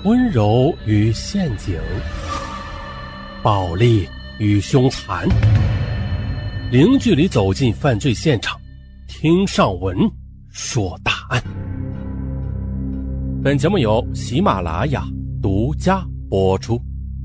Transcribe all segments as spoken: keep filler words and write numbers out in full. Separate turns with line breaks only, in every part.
温柔与陷阱，暴力与凶残，零距离走进犯罪现场，听上文说大案。本节目由喜马拉雅独家播出。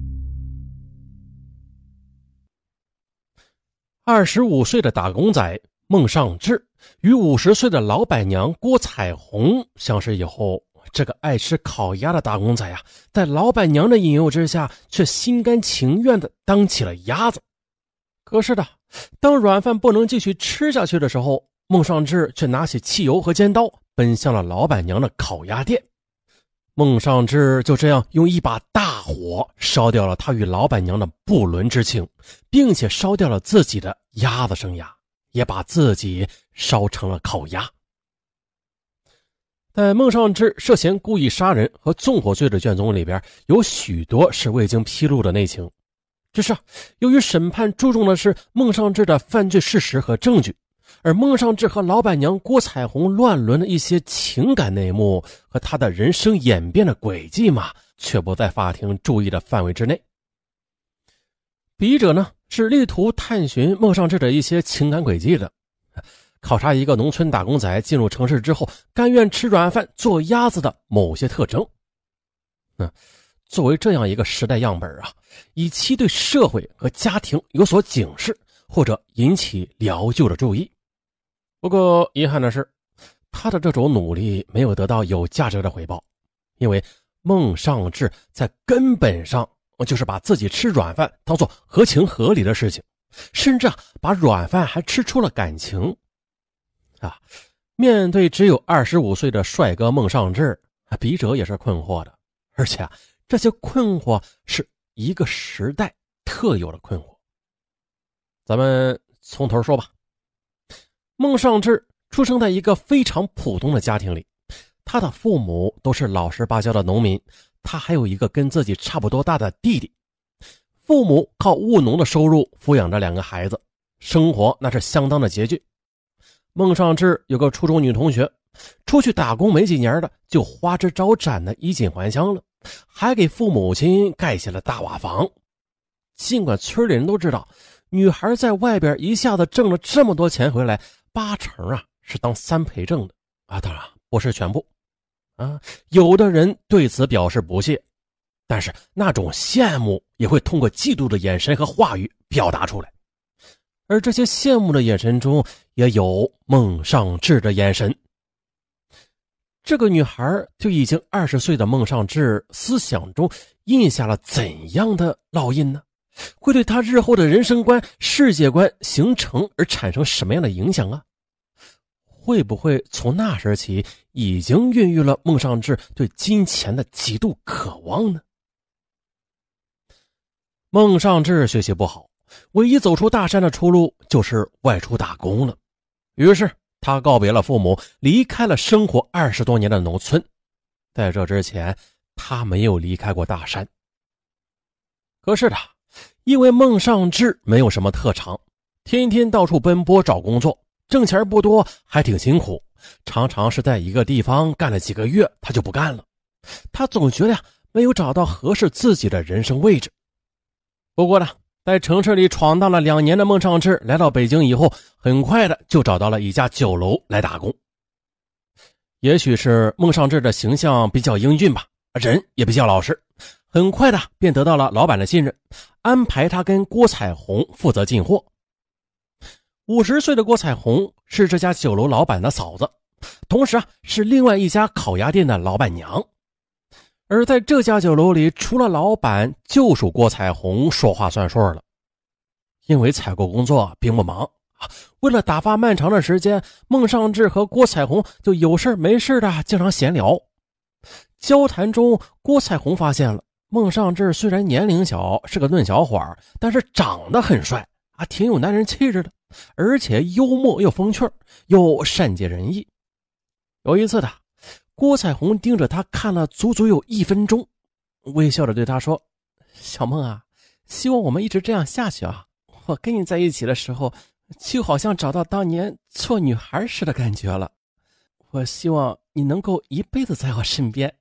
二十五岁的打工仔孟尚志与五十岁的老板娘郭彩虹相识以后，这个爱吃烤鸭的打工仔啊，在老板娘的引诱之下，却心甘情愿地当起了鸭子。可是的，当软饭不能继续吃下去的时候，孟尚志却拿起汽油和尖刀，奔向了老板娘的烤鸭店。孟尚志就这样用一把大火烧掉了他与老板娘的不伦之情，并且烧掉了自己的鸭子生涯，也把自己烧成了烤鸭。在孟尚志涉嫌故意杀人和纵火罪的卷宗里边，有许多是未经披露的内情。只是由于审判注重的是孟尚志的犯罪事实和证据，而孟尚志和老板娘郭彩虹乱伦的一些情感内幕和他的人生演变的轨迹嘛，却不在法庭注意的范围之内。笔者呢是力图探寻孟尚志的一些情感轨迹的，考察一个农村打工仔进入城市之后甘愿吃软饭做鸭子的某些特征。嗯，作为这样一个时代样本啊，以其对社会和家庭有所警示或者引起疗救的注意。不过遗憾的是，他的这种努力没有得到有价值的回报，因为孟尚志在根本上就是把自己吃软饭当作合情合理的事情，甚至啊把软饭还吃出了感情。啊，面对只有二十五岁的帅哥孟尚志，笔者也是困惑的，而且啊这些困惑是一个时代特有的困惑。咱们从头说吧。孟尚志出生在一个非常普通的家庭里，他的父母都是老实巴交的农民，他还有一个跟自己差不多大的弟弟。父母靠务农的收入抚养着两个孩子，生活那是相当的拮据。孟尚志有个初中女同学，出去打工没几年的就花枝招展的衣锦还乡了，还给父母亲盖起了大瓦房。尽管村里人都知道，女孩在外边一下子挣了这么多钱回来，八成啊是当三陪挣的啊，当然不是全部啊。有的人对此表示不屑，但是那种羡慕也会通过嫉妒的眼神和话语表达出来。而这些羡慕的眼神中也有孟尚志的眼神。这个女孩就已经二十岁的孟尚志思想中印下了怎样的烙印呢？会对他日后的人生观、世界观形成而产生什么样的影响啊？会不会从那时起已经孕育了孟尚志对金钱的极度渴望呢？孟尚志学习不好，唯一走出大山的出路就是外出打工了。于是他告别了父母，离开了生活二十多年的农村。在这之前，他没有离开过大山。可是的，因为孟尚志没有什么特长，天天到处奔波找工作，挣钱不多，还挺辛苦，常常是在一个地方干了几个月他就不干了。他总觉得呀，没有找到合适自己的人生位置。不过呢，在城市里闯荡了两年的孟尚志来到北京以后，很快的就找到了一家酒楼来打工。也许是孟尚志的形象比较英俊吧，人也比较老实，很快的便得到了老板的信任，安排他跟郭彩虹负责进货。五十岁的郭彩虹是这家酒楼老板的嫂子，同时啊是另外一家烤鸭店的老板娘。而在这家酒楼里，除了老板就属郭彩虹说话算数了。因为采购工作并不忙，为了打发漫长的时间，孟尚志和郭彩虹就有事没事的经常闲聊。交谈中，郭彩虹发现了孟尚志虽然年龄小，是个嫩小伙，但是长得很帅啊，挺有男人气质的，而且幽默又风趣，又善解人意。有一次的，郭彩虹盯着他看了足足有一分钟，微笑着对他说：“小孟啊，希望我们一直这样下去啊。我跟你在一起的时候，就好像找到当年做女孩时的感觉了。我希望你能够一辈子在我身边。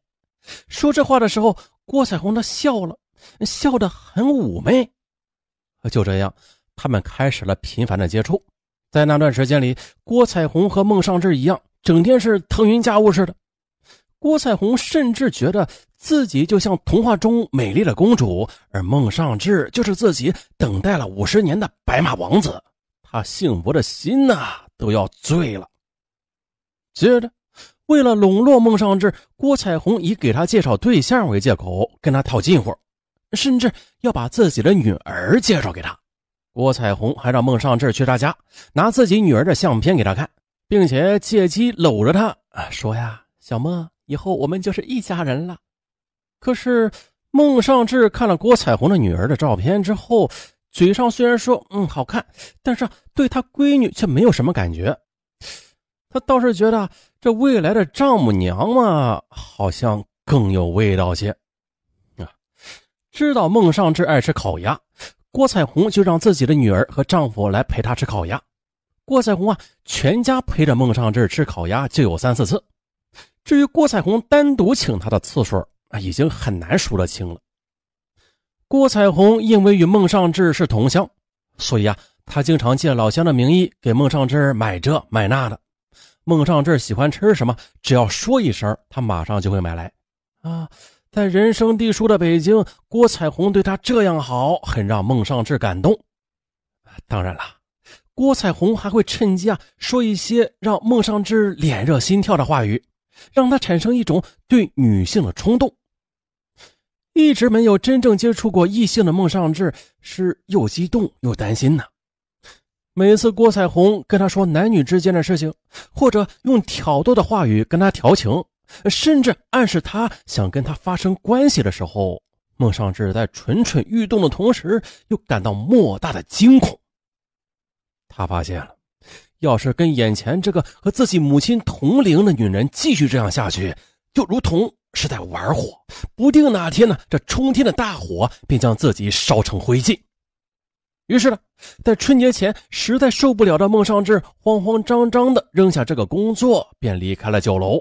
说这话的时候，郭彩虹她笑了，笑得很妩媚。就这样，他们开始了频繁的接触。在那段时间里，郭彩虹和孟尚志一样，整天是腾云驾雾似的。郭彩虹甚至觉得自己就像童话中美丽的公主，而孟尚志就是自己等待了五十年的白马王子，他幸福的心呐、啊、都要醉了。接着，为了笼络孟尚志，郭彩虹以给他介绍对象为借口跟他套近乎，甚至要把自己的女儿介绍给他。郭彩虹还让孟尚志去他家拿自己女儿的相片给他看，并且借机搂着他说呀，小孟，以后我们就是一家人了。可是孟尚志看了郭彩虹的女儿的照片之后，嘴上虽然说嗯好看，但是对他闺女却没有什么感觉。他倒是觉得这未来的丈母娘嘛，好像更有味道些啊。知道孟尚志爱吃烤鸭，郭彩虹就让自己的女儿和丈夫来陪她吃烤鸭。郭彩虹啊，全家陪着孟尚志吃烤鸭就有三四次。至于郭彩虹单独请他的次数啊，已经很难数得清了。郭彩虹因为与孟尚志是同乡，所以啊，他经常借老乡的名义给孟尚志买这买那的。孟尚志喜欢吃什么，只要说一声，他马上就会买来啊。在人生地疏的北京，郭彩虹对他这样好，很让孟尚志感动。当然了，郭彩虹还会趁机啊说一些让孟尚志脸热心跳的话语，让他产生一种对女性的冲动。一直没有真正接触过异性的孟尚志是又激动又担心呢。每次郭彩虹跟他说男女之间的事情，或者用挑逗的话语跟他调情，甚至暗示他想跟他发生关系的时候，孟尚志在蠢蠢欲动的同时，又感到莫大的惊恐。他发现了，要是跟眼前这个和自己母亲同龄的女人继续这样下去，就如同是在玩火，不定哪天呢，这冲天的大火便将自己烧成灰烬。于是呢，在春节前实在受不了的孟尚志慌慌张张的扔下这个工作，便离开了酒楼。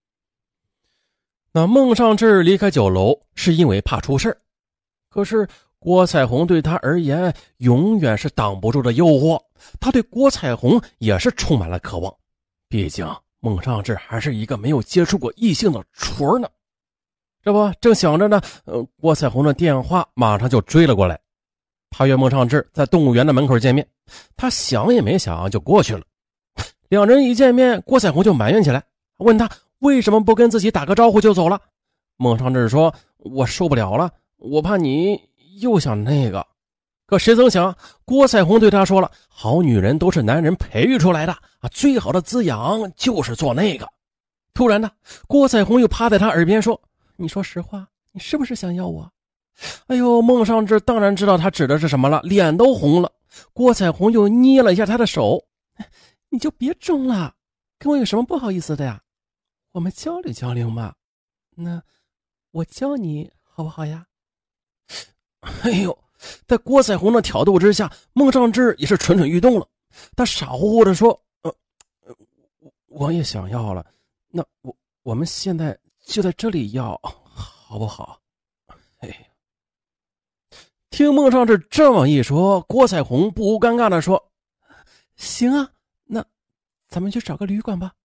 那孟尚志离开酒楼是因为怕出事，可是郭彩虹对他而言永远是挡不住的诱惑，他对郭彩虹也是充满了渴望，毕竟孟尚志还是一个没有接触过异性的雏呢。这不正想着呢，呃，郭彩虹的电话马上就追了过来。他约孟尚志在动物园的门口见面，他想也没想就过去了。两人一见面，郭彩虹就埋怨起来，问他为什么不跟自己打个招呼就走了。孟尚志说，我受不了了，我怕你又想那个。可谁曾想，郭彩虹对他说了，好女人都是男人培育出来的啊，最好的滋养就是做那个。突然呢，郭彩虹又趴在他耳边说，你说实话，你是不是想要我？哎呦，孟尚志当然知道他指的是什么了，脸都红了。郭彩虹又捏了一下他的手，你就别争了，跟我有什么不好意思的呀？我们交流交流嘛。那我教你好不好呀？哎呦，在郭彩虹的挑逗之下，孟尚志也是蠢蠢欲动了。他傻乎乎的说，呃，我也想要了，那我我们现在就在这里要好不好？哎，听孟尚志这么一说，郭彩虹不无尴尬的说，行啊，那咱们去找个旅馆吧。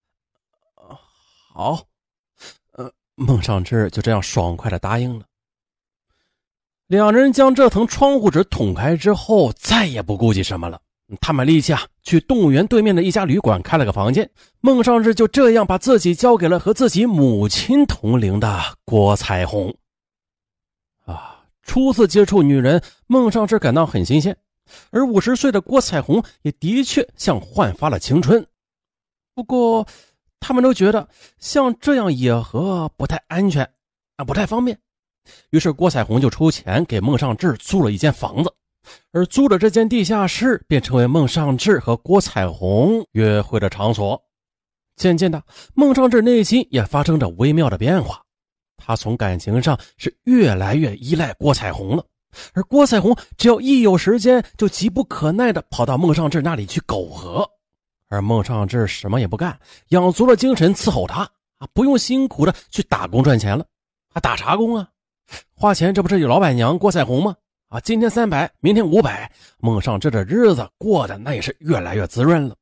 好，呃，孟尚志就这样爽快的答应了。两人将这层窗户纸捅开之后，再也不顾及什么了。他们立即啊去动物园对面的一家旅馆开了个房间。孟尚志就这样把自己交给了和自己母亲同龄的郭彩虹。啊，初次接触女人，孟尚志感到很新鲜，而五十岁的郭彩虹也的确像焕发了青春。不过他们都觉得像这样野合不太安全啊，不太方便。于是郭彩虹就出钱给孟尚志租了一间房子，而租的这间地下室便成为孟尚志和郭彩虹约会的场所。渐渐的，孟尚志内心也发生着微妙的变化，他从感情上是越来越依赖郭彩虹了，而郭彩虹只要一有时间就急不可耐地跑到孟尚志那里去苟合，而孟尚志什么也不干，养足了精神伺候他啊，不用辛苦的去打工赚钱了。啊，打啥工啊？花钱这不是有老板娘郭彩虹吗？啊，今天三百，明天五百，孟尚志的日子过得那也是越来越滋润了。